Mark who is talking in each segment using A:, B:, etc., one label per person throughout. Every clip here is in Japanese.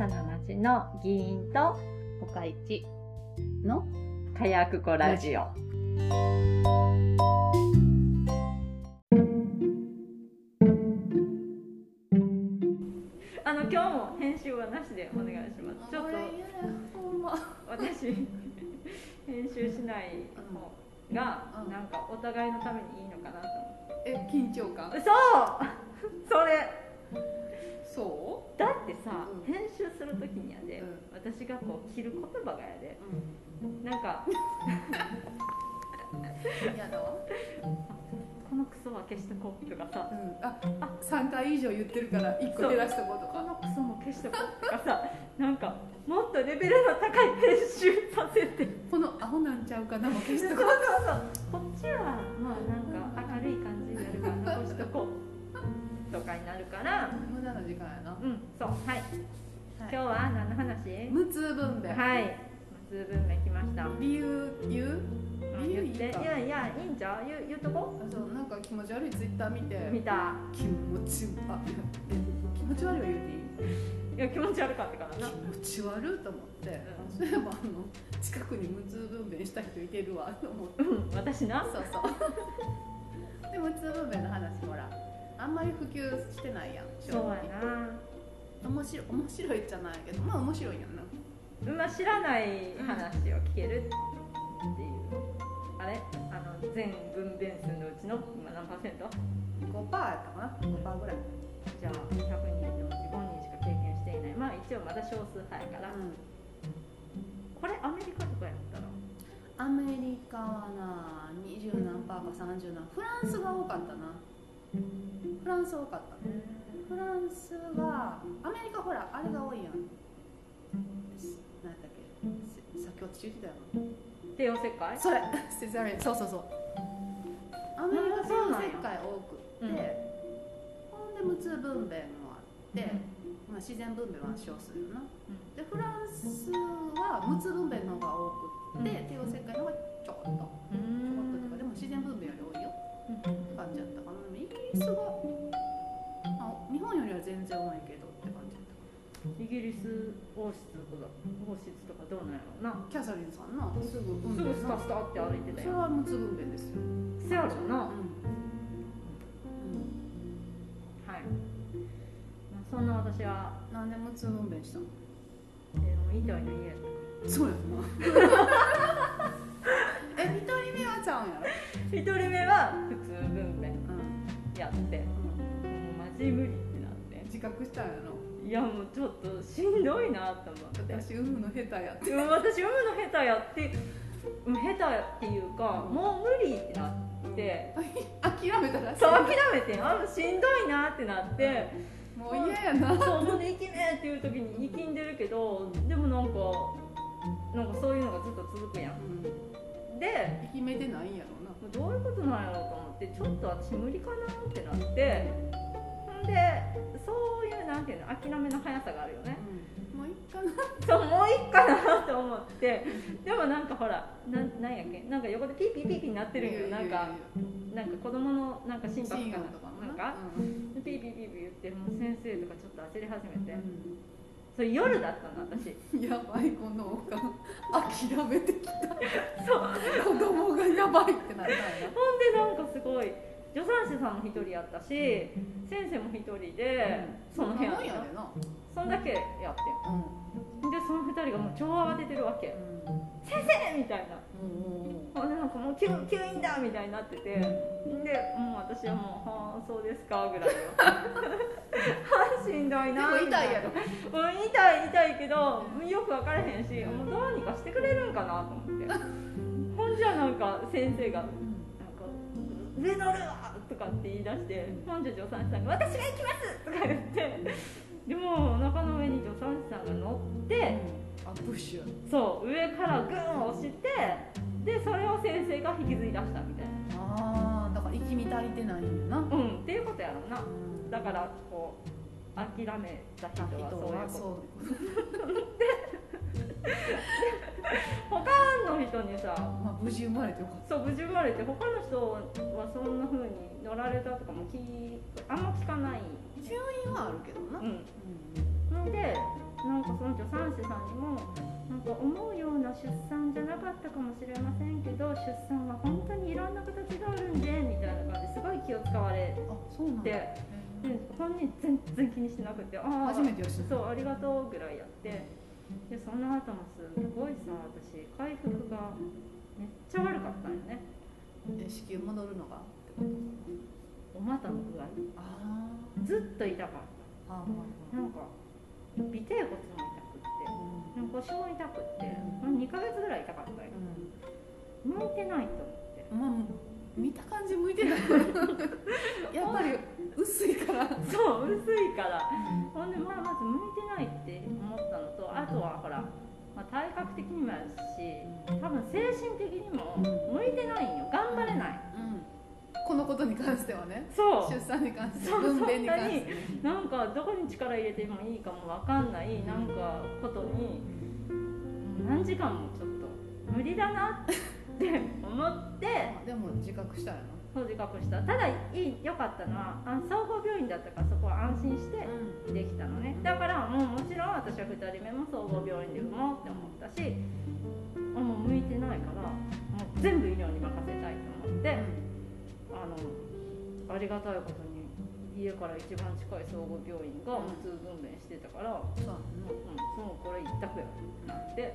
A: さな町の議員と岡市
B: の
A: かやくこラジオ。今日も編集はなしでお願いします。ちょっと私編集しない方がなんかお互いのためにいいのかなと思って。
B: 緊張感。
A: そうそれ
B: そう
A: だってさ、編集するときにやで、私がこう切る言葉がやで、なんか
B: やだわ。
A: このクソは消してこうとかさ、
B: 3回以上言ってるから1個減らしとこうとか、
A: このクソも消してこうとかさ、なんかもっとレベルの高い編集させて、
B: このアホなんちゃうかなも消しとこう。
A: こっちはまあなんか明るい感じになるから残しとこうとかになるから、
B: 無駄な時間やな。
A: そう、はい。今日は何の話？
B: 無痛分娩。
A: はい、無痛分娩来ました。
B: 理由言う？理由いいか？
A: いやいいんちゃう？言うとこ？
B: そうなんか気持ち悪いツイッター見
A: た。
B: 気持ち悪いは言うていい？
A: いや気持ち悪かったからな。
B: 気持ち悪いと思って、そういえば近くに無痛分娩した人いてるわと思って。
A: 私な。そう
B: で無痛分娩の話ほらあんまり普及してないやん。
A: そうやな。
B: 面白いじゃないけど、まあ面白いやんな。
A: 知らない話を聞けるっていう、あれ全分娩数のうちの今何%？5%
B: やったかな。5%ぐらい。
A: じゃあ100人でも5人しか経験していない。まあ一応まだ少数派やから、これアメリカとかやったら、
B: アメリカはな20何パーか30何。フランスが多かったな。フランス多かった。フランスはアメリカほらあれが多いやん。何だっけ、さっき私言ってたよ。
A: 帝王切開？
B: それセザリン。そうアメリカ帝王切開多くって、ほんで無痛分娩もあって、自然分娩は少数よな。でフランスは無痛分娩の方が多くって、帝王切開の方がちょこっととか、でも自然分娩より多いよって感じだったかな。イギリスは日本よりは全然多いけどって感じだったかな。
A: イギリス王室とかどうなんやろうな。
B: キャサリンさんなすぐ
A: スタスタって歩いてたよ。
B: それは無痛分娩ですよ。
A: せやろな。はい。そんな私は
B: なんで無痛分娩したの？
A: 痛いの嫌やったから。
B: そうやな。1人目はちゃうんやろ。
A: 1人目は普通分娩やって、もうマジ無理ってなって
B: 自覚したんやろ。
A: いやもうちょっとしんどいなと思って。
B: 私産むの下手やって。
A: 私産むの下手やって下手っていうか、もう無理ってなって
B: 諦めたらしい。
A: そう諦めて、しんどいなってなって、
B: もう嫌やな。
A: そうほんで生きねえっていう時に生きんでるけど、でもなんかそういうのがずっと続くやん、で
B: 生きめてないんやろうな。
A: どういうことなんやろうと思って、ちょっと私無理かなってなって、ほんでそういうなんていうの諦めの速さがあるよね、
B: もういっかな。
A: そうもういっかなと思って、でもなんかほらなんやっけ、なんか横でピーピーピーピーになってるんよ。なんか子供のなんか心拍かなんか、ピーピーピーピー言って、もう先生とかちょっと焦り始めて、それ夜だったの私。
B: やばい、このおかん諦めてきた。
A: そう
B: 子供がやばいってなったんや。
A: ほんでなんかすごい助産師さんも一人やったし、先生も一人で、その部屋でそんだけやってん、でその二人がもう超慌ててるわけ、先生みたいな、ほんでなんかもう吸引だみたいになってて、でもう私はもうはあそうですかぐらいよ。しんどいな。
B: でも痛いやろ。
A: 痛いけどよく分からへんし、もうどうにかしてくれるんかなと思って。ほんじゃなんか先生が上乗るわとかって言い出して、本助産師さんが私が行きますとか言って、でもお腹の上に助産師さんが乗って、
B: プッシュ。
A: そう上からグーン押して、でそれを先生が引きずり出したみたいな。
B: だから生きみ足りてないんだな。
A: っていうことやろうな。だからこう諦めた人はそういうことで他の人にさ、
B: 無事生まれてよかった。
A: そう無事生まれて、他の人はそんな風に乗られたとかもあんま聞かない。
B: 吸引はあるけどな。
A: でなんかその助産師さんにもなんか思うような出産じゃなかったかもしれませんけど、出産は本当にいろんな形があるんでみたいな感じですごい気を使われて、本人全然気にしてなくて、
B: 初めてよし
A: そうありがとうぐらいやって、でその後もすごいさ、私回復がめっちゃ悪かったんよね。
B: 子宮戻るのが
A: お股の具合ずっと痛かった。なんか尾てい骨も痛くって、腰も痛くって、2ヶ月ぐらい痛かったよ。向いてないと思って、
B: 見た感じ向いてないやっぱり薄いから
A: そう薄いから、ほんでまず向いてないって思ったのと、あとはほら、体格的にもやし、多分精神的にも向いてないんよ。頑張れない、
B: このことに関してはね。
A: そう
B: 出産に関して、分娩に関して、
A: なんかどこに力入れてもいいかも分かんないなんかことに何時間もちょっと無理だなって思って、
B: でも自覚したよな。
A: そう自覚した。ただ良かったのは総合病院だったから、そこは安心してできたのね。だからもちろん私は2人目も総合病院で産もうって思ったし、もう向いてないからもう全部医療に任せたいと思って、ありがたいことに家から一番近い総合病院が無痛分娩してたから、そのこれ一択やって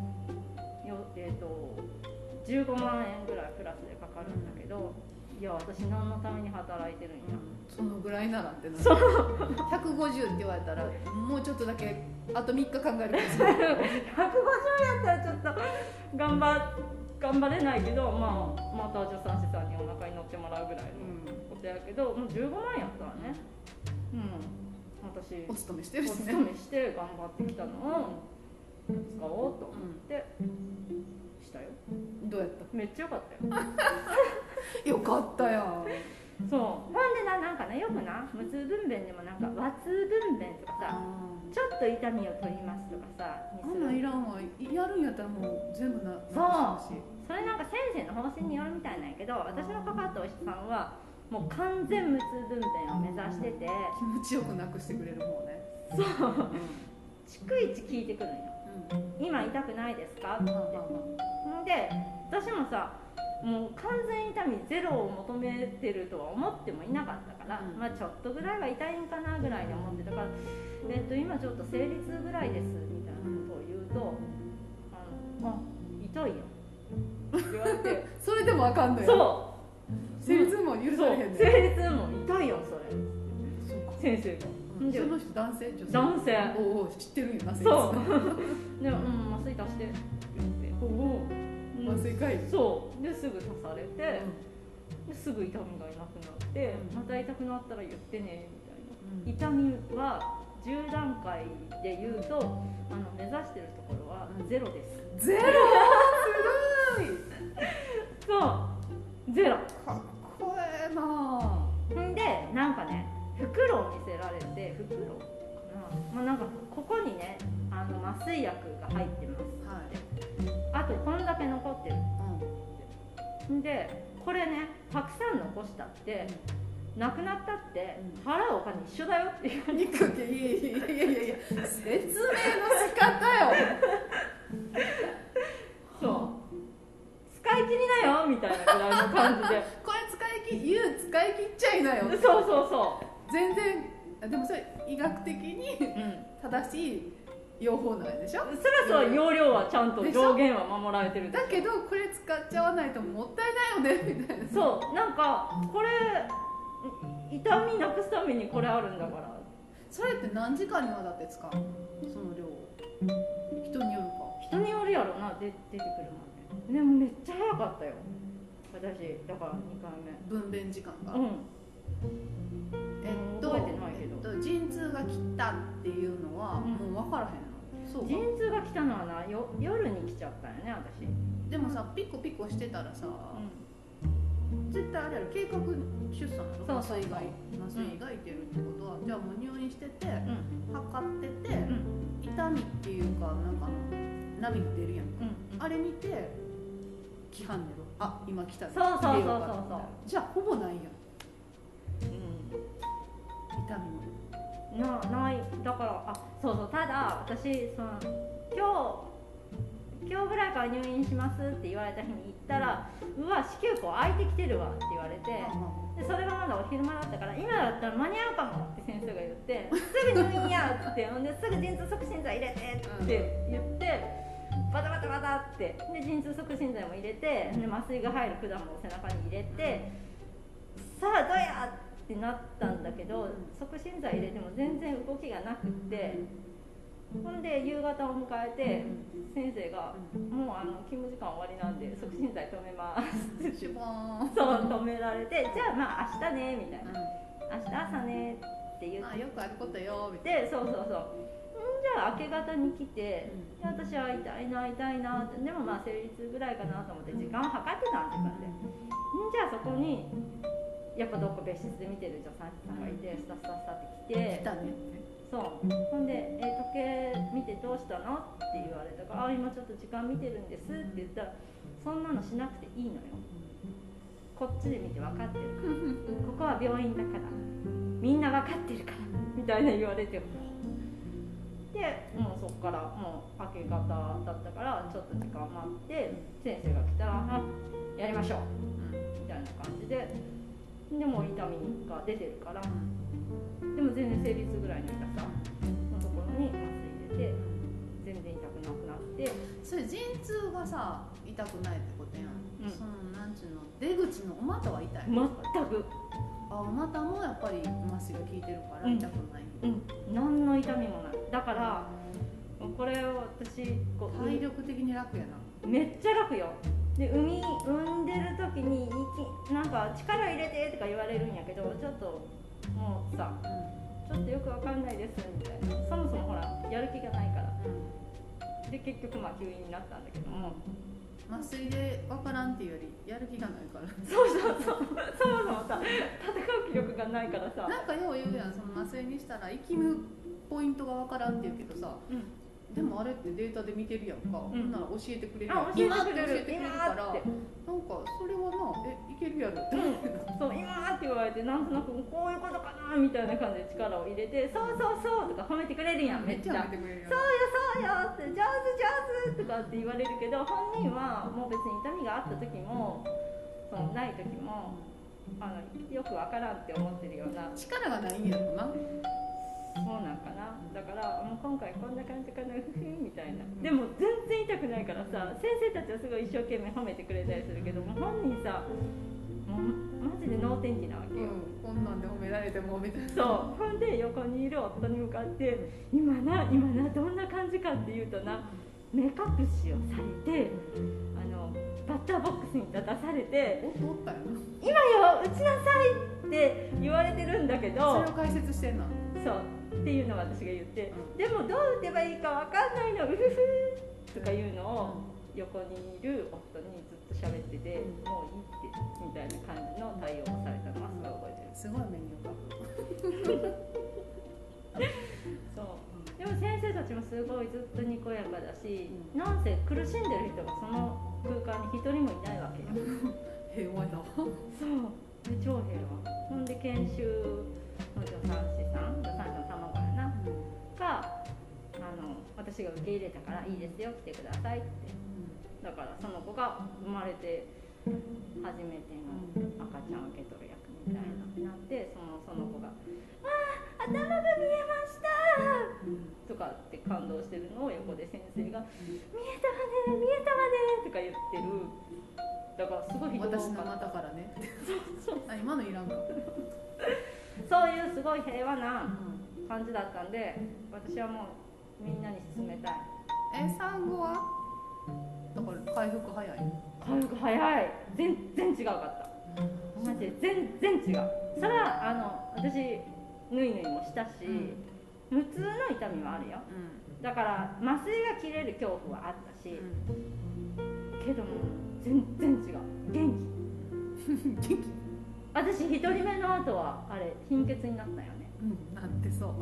A: 15万円ぐらいプラスでかかるんだけど、いや私何のために働いてるんや、
B: そのぐらいならってな150って言われたらもうちょっとだけあと3日考えるかもしれない150
A: やったらちょっと頑張れないけど、また助産師さんにお腹に乗ってもらうぐらいのことやけど、もう15万やったらね、私
B: お勤めしてるしね、
A: お勤めして頑張ってきたのを使おうと思ってしたよ。
B: どうやった？
A: めっちゃよかったよ
B: よかったよ。
A: そうほんでなんかね、よくな無痛分娩でもなんか和痛分娩とかさ、ちょっと痛みを取りますとかさ、
B: あんなんいらんわ。やるんやったらもう全部な
A: そうそれなんか先生の方針によるみたいなんやけど、私のかかったお医者さんはもう完全無痛分娩を目指してて、
B: 気持ちよくなくしてくれる方ね。
A: そう、逐一聞いてくるんよ、今痛くないですかって。で私もさ、もう完全痛みゼロを求めてるとは思ってもいなかったから、ちょっとぐらいは痛いんかなぐらいに思ってたから、今ちょっと生理痛ぐらいですみたいなことを言うと、痛いよって言われて
B: それでもあかんのよ。そう生理痛も許されへんねん。
A: 生理痛も痛いよそれ、先生が。
B: その人男性？女性？
A: 男性。
B: お知ってるんやな。
A: そうで麻酔足してって言って
B: 麻酔かい。
A: そうですぐ足されて、ですぐ痛みがいなくなって、また痛くなったら言ってねみたいな、痛みは10段階で言うと目指してるところはゼロです。
B: ゼロすごい
A: そうゼロ
B: かっこええな。
A: んでなんかね、袋を見せられて、袋かな、なんかここにね麻酔薬が入ってますって、あとこんだけ残ってるって、でこれねたくさん残したって、なくなったって払うお金一緒だよっていう。
B: いや説明の仕方よ
A: そう使い切りなよみたいなぐらいの感じで
B: これ使い切っちゃいなよ。
A: そう
B: 全然。でもそれ医学的に正しい用法なんでしょ。
A: それは容量はちゃんと上限は守られてる。
B: だけどこれ使っちゃわないともったいないよねみたいな。
A: そうなんかこれ痛みなくすためにこれあるんだから。
B: それって何時間にわたって使うの？その量人によるか。
A: 人によるやろな、出てくるまで。でもめっちゃ早かったよ私。だから2回目
B: 分娩時間が。
A: 覚えてないけど、
B: 陣痛が来たっていうのはもう分からへんの？そうか。
A: 陣痛が来たのはな、夜に来ちゃったよね私。
B: でもさピコピコしてたらさ、絶対あれやろ、計画出産なの？麻酔がいてるってことは、じゃあもう入院してて、測ってて、痛みっていうかなんかナビ出るやんか、あれ見て来はんねろ。あ、今来たね。
A: そう
B: じゃあほぼないやん。痛みも
A: ないだからそうそう、ただ私今日ぐらいから入院しますって言われた日に行ったら、うわ子宮口空いてきてるわって言われて、でそれがまだお昼間だったから、今だったら間に合うかもって先生が言って、すぐ入院やって、ほんですぐ陣痛促進剤入れてって言って、バタバタバタってで陣痛促進剤も入れて、で麻酔が入る管も背中に入れて、さあどうやってなったんだけど、促進剤入れても全然動きがなくって、ほんで夕方を迎えて先生がもう勤務時間終わりなんで促進剤止めますってそう止められて、じゃあまあ明日ねみたいな、明日朝ねって言って、
B: よくあることよみたいな。
A: そうそうそう、じゃあ明け方に来て、私は痛いなって、でもまあ生理痛ぐらいかなと思って時間を計ってたん自分で、じゃあそこにやっぱどっか別室で見てる助産師さんがいて、スタスタスタって来て、
B: 来たね。
A: そう、ほんで時計見てどうしたのって言われたから、今ちょっと時間見てるんですって言ったら、そんなのしなくていいのよ、こっちで見て分かってるからここは病院だからみんな分かってるからみたいな言われて、でもうそっからもう明け方だったからちょっと時間待って、先生が来たらやりましょうみたいな感じで、でも痛みが出てるから、でも全然生理痛ぐらいの痛さのところに麻酔入れて全然痛くなくなって、
B: それ陣痛がさ痛くないってことやん、そのなんちゅうの出口のお股は痛い？
A: 全く。
B: お股もやっぱり麻酔が効いてるから痛くない、
A: 何の痛みもない。だからこれを私
B: 体力的に楽やな。
A: めっちゃ楽よ。で産んでる時になんか力入れてとか言われるんやけど、ちょっともうさ、ちょっとよくわかんないですみたいな、そもそもほらやる気がないから、で結局まあ休院になったんだけども、
B: 麻酔でわからんっていうよりやる気がないから
A: そうそもそもさ戦う気力がないからさ、
B: なんかよう言うやん、その麻酔にしたら生きむポイントがわからんって言うけどさ、でもあれってデータで見てるやんか、ほんなら教えてくれるやん、今って教えてくれるから、なんかそれはないけるやろって思ってた、
A: そう今って言われて、なんとなくこういうことかなみたいな感じで力を入れて、そうとか褒めてくれるやん、めっちゃ、
B: 褒めてくれるやん、
A: そうよって上手とかって言われるけど、本人はもう別に痛みがあった時もそのない時もよくわからんって思ってるような
B: 力がないんやろな。
A: そうなんかな。だからもう今回こんな感じかなみたいな。でも全然痛くないからさ、先生たちはすごい一生懸命褒めてくれたりするけども、本人さもうマジで脳天気なわけよ、
B: こんなんで褒められてもみたいな。
A: そうほんで横にいる夫に向かって今などんな感じかっていうとな、目隠しをされてバッターボックスに立たされて、
B: おったよな、
A: 今よ打ちなさいって言われてるんだけど、
B: それを解説してんの、
A: そうっていうのを私が言って、でもどう打てばいいか分かんないのうふふとかいうのを横にいる夫にずっと喋ってて、もういいってみたいな感じの対応をされたのはすごい覚えてる。
B: すごい目に浮かぶ
A: そうでも先生たちもすごいずっとにこやかだし、なんせ苦しんでる人がその空間に一人もいないわけよ
B: 平和だわ。
A: そうで超平和。ほんで研修の助産師の卵やな、が私が受け入れたからいいですよ来てくださいって、だからその子が生まれて初めての赤ちゃんを受け取る役みたいななって、その子が「あ頭が見えました!」とかって感動してるのを横で先生が「見えたわね!」とか言ってる。だからすごい人が多かった。
B: 私の股からねあ、今のいらんの
A: そういうすごい平和な感じだったんで、私はもうみんなに勧めたい。
B: 産後はだから回復早い？
A: 回復早い。全然違うかった。マジで全然違う。それは私ぬいぬいもしたし、無痛の痛みはあるよ、だから麻酔が切れる恐怖はあったし、けども全然違う。元気私1人目の後はあれ貧血になったよね、
B: なんてそう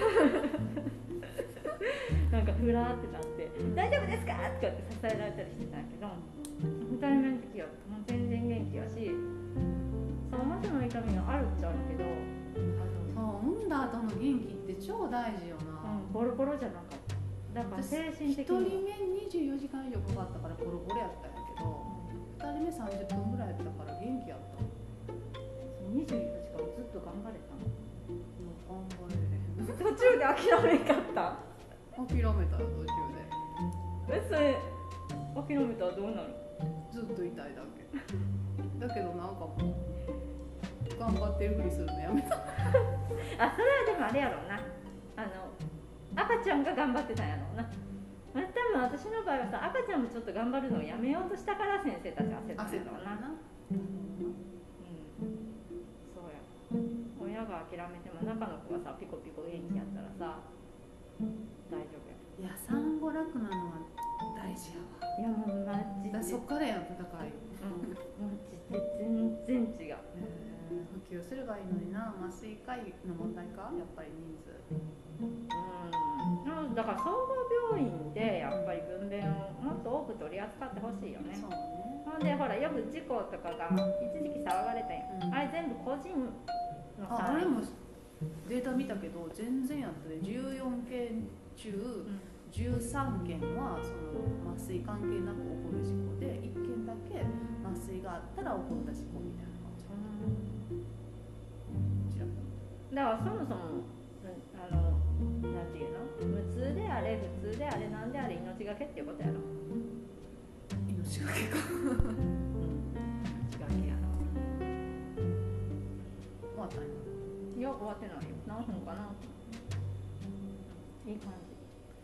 A: なんかふらーってなって「大丈夫ですか?」とかって支えられたりしてたんやけど、2人目の時はもう全然元気やし、その元の痛みがあるっちゃうけど、
B: 産んだ後の元気って超超大事よな、
A: ボロボロじゃなかった。だから精神的に
B: 1人目24時間以上かかったからボロボロやったんやけど、2人目30分ぐらいやったから元気やった。
A: 24時間ずっと頑張れたの？
B: もう頑張れれへん
A: 途中で諦めんかった？
B: 諦めた途中で。
A: それ諦めたらどうなる？
B: ずっと痛いだけだけどなんかもう頑張ってるふりするのやめた
A: あ、それはでもあれやろうな、赤ちゃんが頑張ってたんやろうな。多分私の場合はさ、赤ちゃんもちょっと頑張るのをやめようとしたから先生たち焦ったんやろうな。そうや。親が諦めても中の子がさピコピコ元気やったらさ大丈夫や。
B: いや、産後楽なのは大事やわ。
A: いやもうマジで
B: そっからやん戦い。
A: マジで全然違う。
B: 普及すればいいのにな。麻酔科医の問題か、やっぱり人数。
A: だから総合病院でやっぱり分娩をもっと多く取り扱ってほしいよね。
B: そうね。
A: ほんでほらよく事故とかが一時期騒がれたんや、あれ全部個人のさ。
B: あれもデータ見たけど全然やったで、14件中13件はその麻酔関係なく起こる事故で、1件だけ麻酔があったら起こった事故みたいな感じ。
A: だからそもそもなんていうの、無痛であれ普通であれなんであれ命がけっていうことやろ。
B: 命がけか
A: 命がけやろ。
B: 終わったんや。
A: いや終わってないよ。何分かな。いい感じ。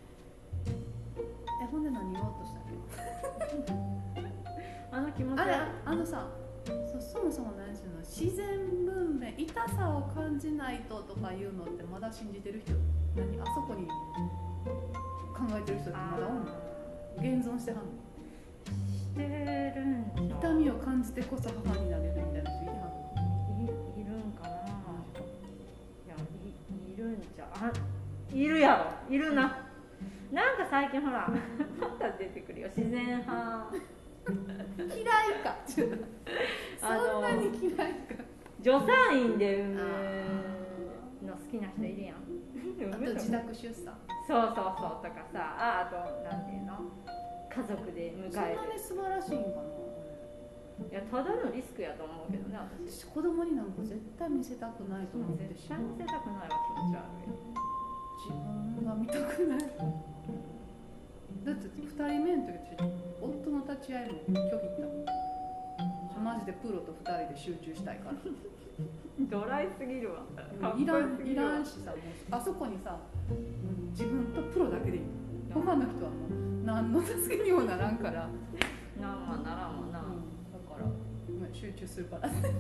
B: ほんで何言おうとしたっけ
A: 気持ち
B: あのさ、そもそも何しろ自然分娩、痛さを感じないととかいうのってまだ信じてる人、あそこに考えてる人ってまだおんの？現存してはんの？
A: してるんじゃん。
B: 痛みを感じてこそ母になれるみたいな人いはんの？
A: いるんかな。いや、いるんじゃいるやろ、いるな。なんか最近ほらまた出てくるよ、自然派
B: 嫌いかそんなに嫌いか。
A: 助産院で産むの好きな人いるやん。
B: あと自宅出産、
A: そうとかさ、あとなんていうの、家族で迎える。そん
B: なに素晴らしいんかな。
A: いや、ただのリスクやと思うけどね、私。
B: 子供になんか絶対見せたくないと思って
A: 絶対見せたくないわ、気持ち悪い。
B: 自分が見たくない。だって2人目の時夫の立ち会いも拒否ったもん。マジでプロと2人で集中したいから
A: ドライすぎるわ。
B: いらんしさ、もうあそこにさ、自分とプロだけでいい。他の人はもう何の助けにもならんから。
A: なんもならんもんな、
B: だから集中するからいや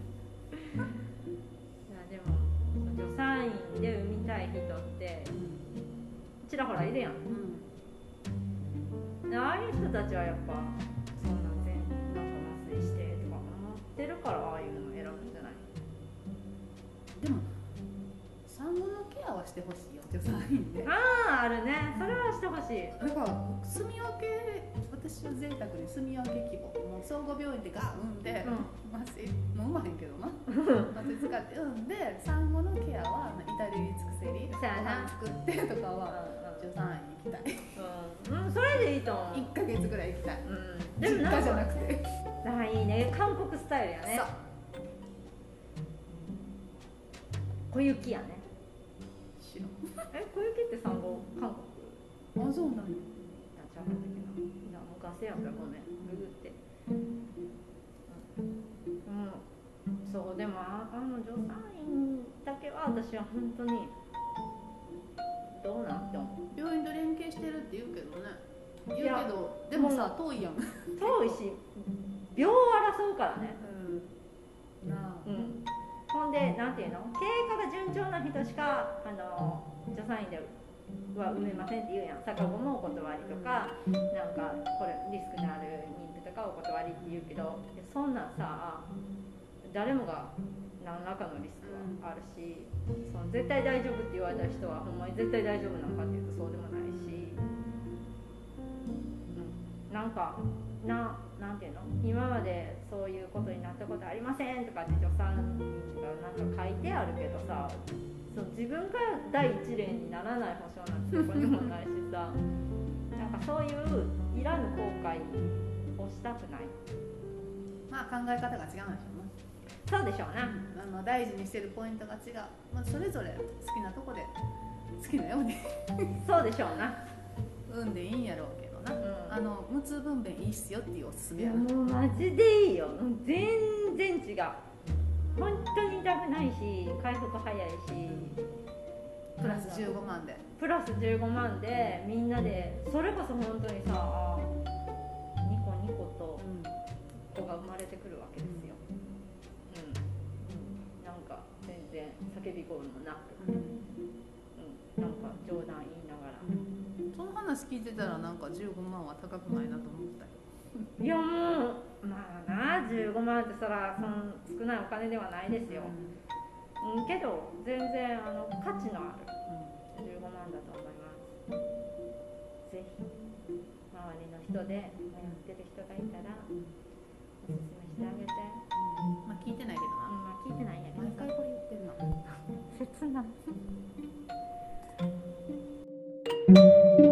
A: でも助産院で産みたい人ってちらほらいるやん、ああいう人たちはやっぱそんななんか麻酔してとか思ってるからああいうのを選ぶんじゃない？
B: でも産後のケアはしてほしいよ、助産院で。
A: あるね、それはしてほしい。
B: だから住み分け、私は贅沢に住み分け希望、もう総合病院でガン産んで、麻酔もう産まへんけどな麻酔使って産んで、産後のケアは至れり尽くせり、ご飯作ってとかは助産院に行きたい。
A: それでいいと思う。
B: 1ヶ月ぐらい行きたい。
A: でも
B: 実家じゃなくて。
A: いいね、韓国スタイルやね。小雪やね。
B: 知らん。
A: 小雪って産後韓国？
B: あ、そうなんや。
A: ちゃうかったっけな。いや、もうガセやったらごめん、ググって。そう、でも助産院だけは私は本当にどうなんって思う。
B: 病院と連携してるって言うけどね。言うけど、でもさ、遠いやん。
A: 遠いし、秒を争うからね。ほんで、なんていうの、経過が順調な人しか助産院では産めませんって言うやん。逆子もお断りとか、なんかこれリスクのある妊婦とかお断りって言うけど、そんなんさ、誰もが何らかのリスクはあるし、その絶対大丈夫って言われた人はほんまに絶対大丈夫なのかっていうとそうでもないし、なんかなんていうの、今までそういうことになったことありませんとかって助産院とかなんか書いてあるけどさ、そそう自分が第一例にならない保証なんてどこにもないしさなんかそういういらぬ後悔をしたくない。
B: まあ考え方が違うんでしょうね。
A: そうでしょうな、
B: 大事にしてるポイントが違う、まあ、それぞれ好きなとこで好きなように
A: そうでしょうな
B: 産んでいいんやろうけどな、無痛分娩いいっすよっていうおすすめやな。
A: もうマジでいいよ。全然違う。本当に痛くないし回復早いし、
B: プラス15万で
A: プラス15万でみんなでそれこそ本当にさニコニコと子が生まれてくるわけですよ、なんか全然叫び声もなく、なんか冗談言いながら、
B: その話聞いてたらなんか15万は高くないなと思ったよ。
A: いやもうまあな15万ってそら少ないお金ではないですよ、けど全然価値のある15万だと思います。ぜひ周りの人で迷ってる人がいたらおすすめしてあげて。
B: まあ聞いてないけどな、
A: まあ聞いてないんやけど
B: 毎回これ言ってるの
A: 切ない